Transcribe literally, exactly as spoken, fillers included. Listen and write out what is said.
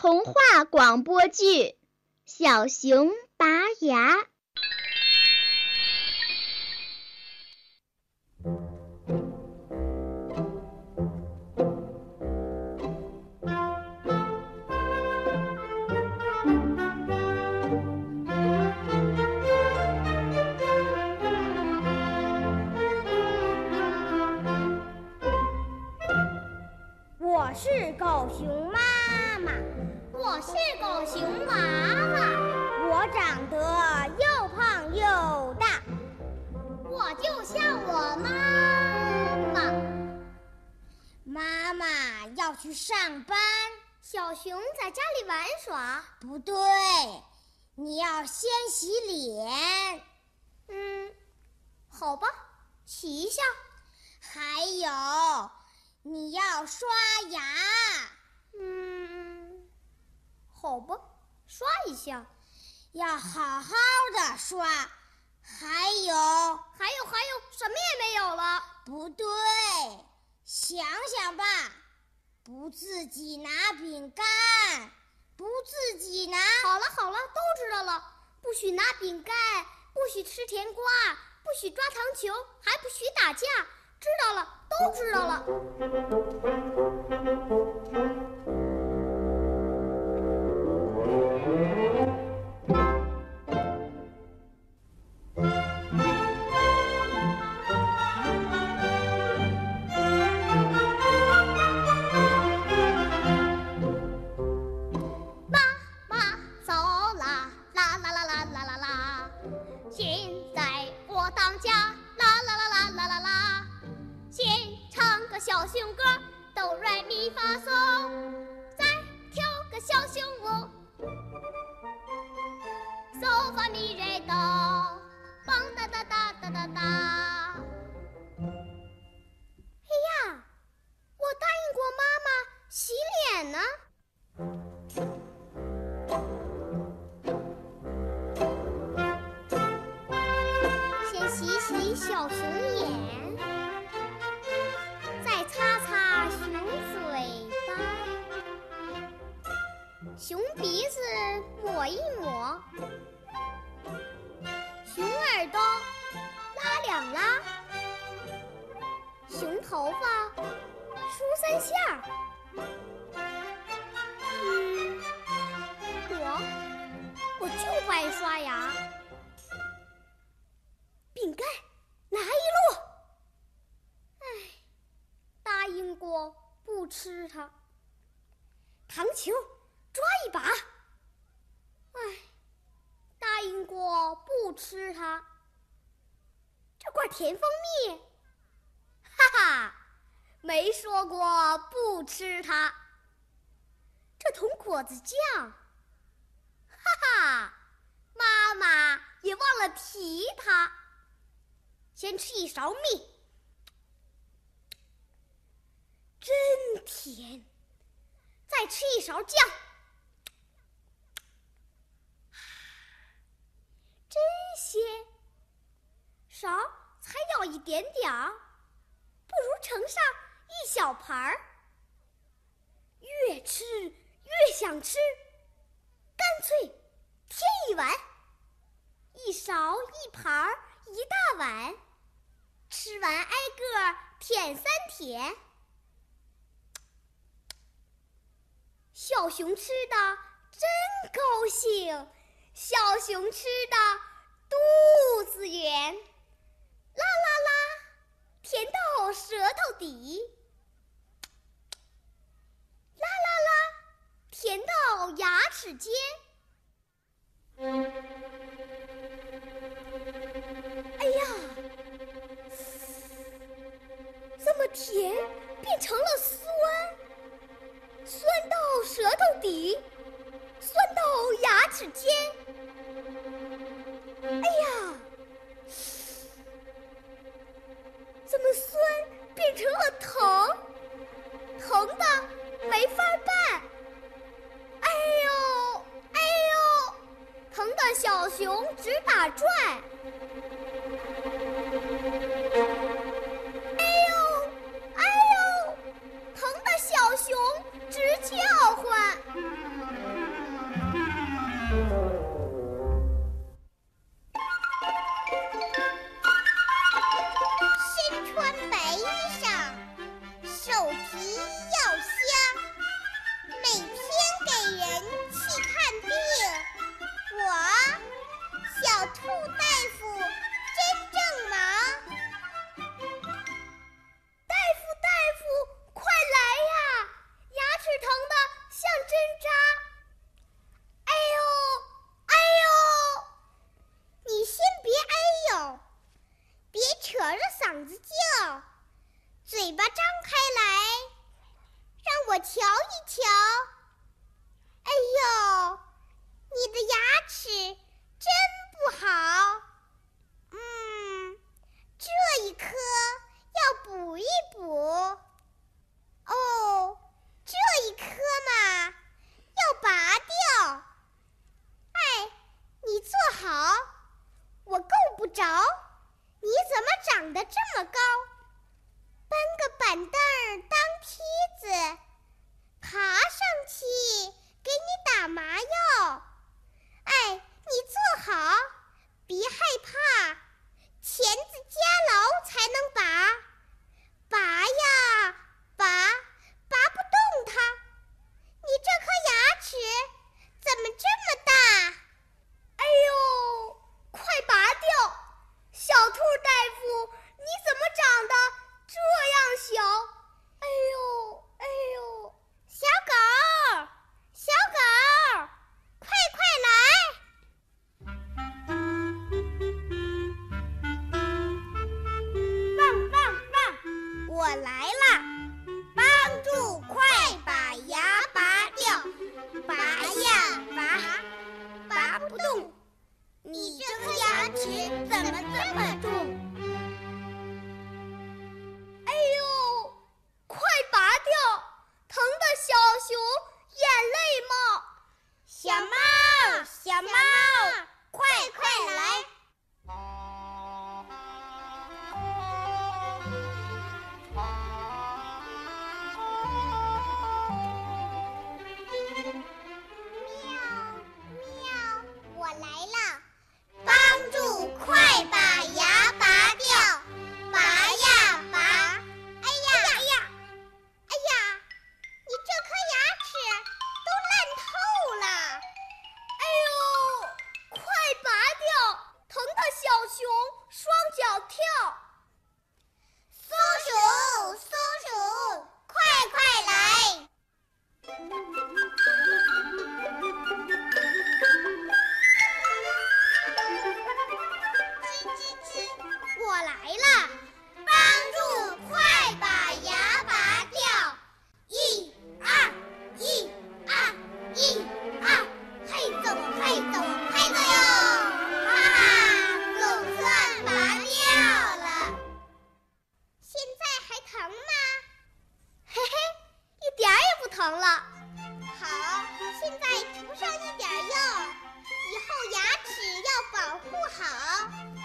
童话广播剧《小熊拔牙》。 我是狗熊妈妈， 我是狗熊娃娃， 我长得又胖又大， 我就像我妈妈。 妈妈要去上班， 小熊在家里玩耍。 不对，你要先洗脸。 嗯，好吧，洗一下。 还有，你要刷牙。 嗯，好吧，刷一下， 要好好的刷。还有， 还有，还有，什么也没有了。 不对，想想吧，不自己拿饼干，不自己拿。 好了好了，都知道了，不许拿饼干，不许吃甜瓜，不许抓糖球，还不许打架。知道了，都知道了。妈妈走啦，啦啦啦啦啦啦啦！现在我当家，啦啦啦啦啦啦啦！先唱个小熊歌，哆来咪发嗦，再跳个小熊舞，嗦发咪来哆，梆哒哒哒哒哒哒。哎呀，我答应过妈妈洗脸呢。先洗洗小熊脸，再擦擦熊嘴巴，熊鼻子抹一抹，熊耳朵拉两拉，熊头发梳三下。嗯，我我就不爱刷牙。饼干拿一摞，哎，答应过不吃它。糖球抓一把，哎，答应过不吃它。这块甜蜂蜜，哈哈，没说过不吃它。这桶果子酱，哈哈，妈妈也忘了提它。先吃一勺蜜，真甜。再吃一勺酱，真鲜。勺才舀一点点儿，不如盛上一小盘儿。越吃越想吃，干脆添一碗，一勺一盘儿一大碗。吃完挨个舔三舔。小熊吃的真高兴，小熊吃的肚子圆，啦啦啦，甜到舌头底，啦啦啦，甜到牙齿间。哎呀，这么甜变成了酸，酸到舌头底，酸到牙齿间。哎呀，怎么酸变成了疼，疼的没法办。哎呦哎呦，疼的小熊直打转。哎呦哎呦，疼的小熊直叫唤。 成了。 好，现在涂上一点釉，以后牙齿要保护好。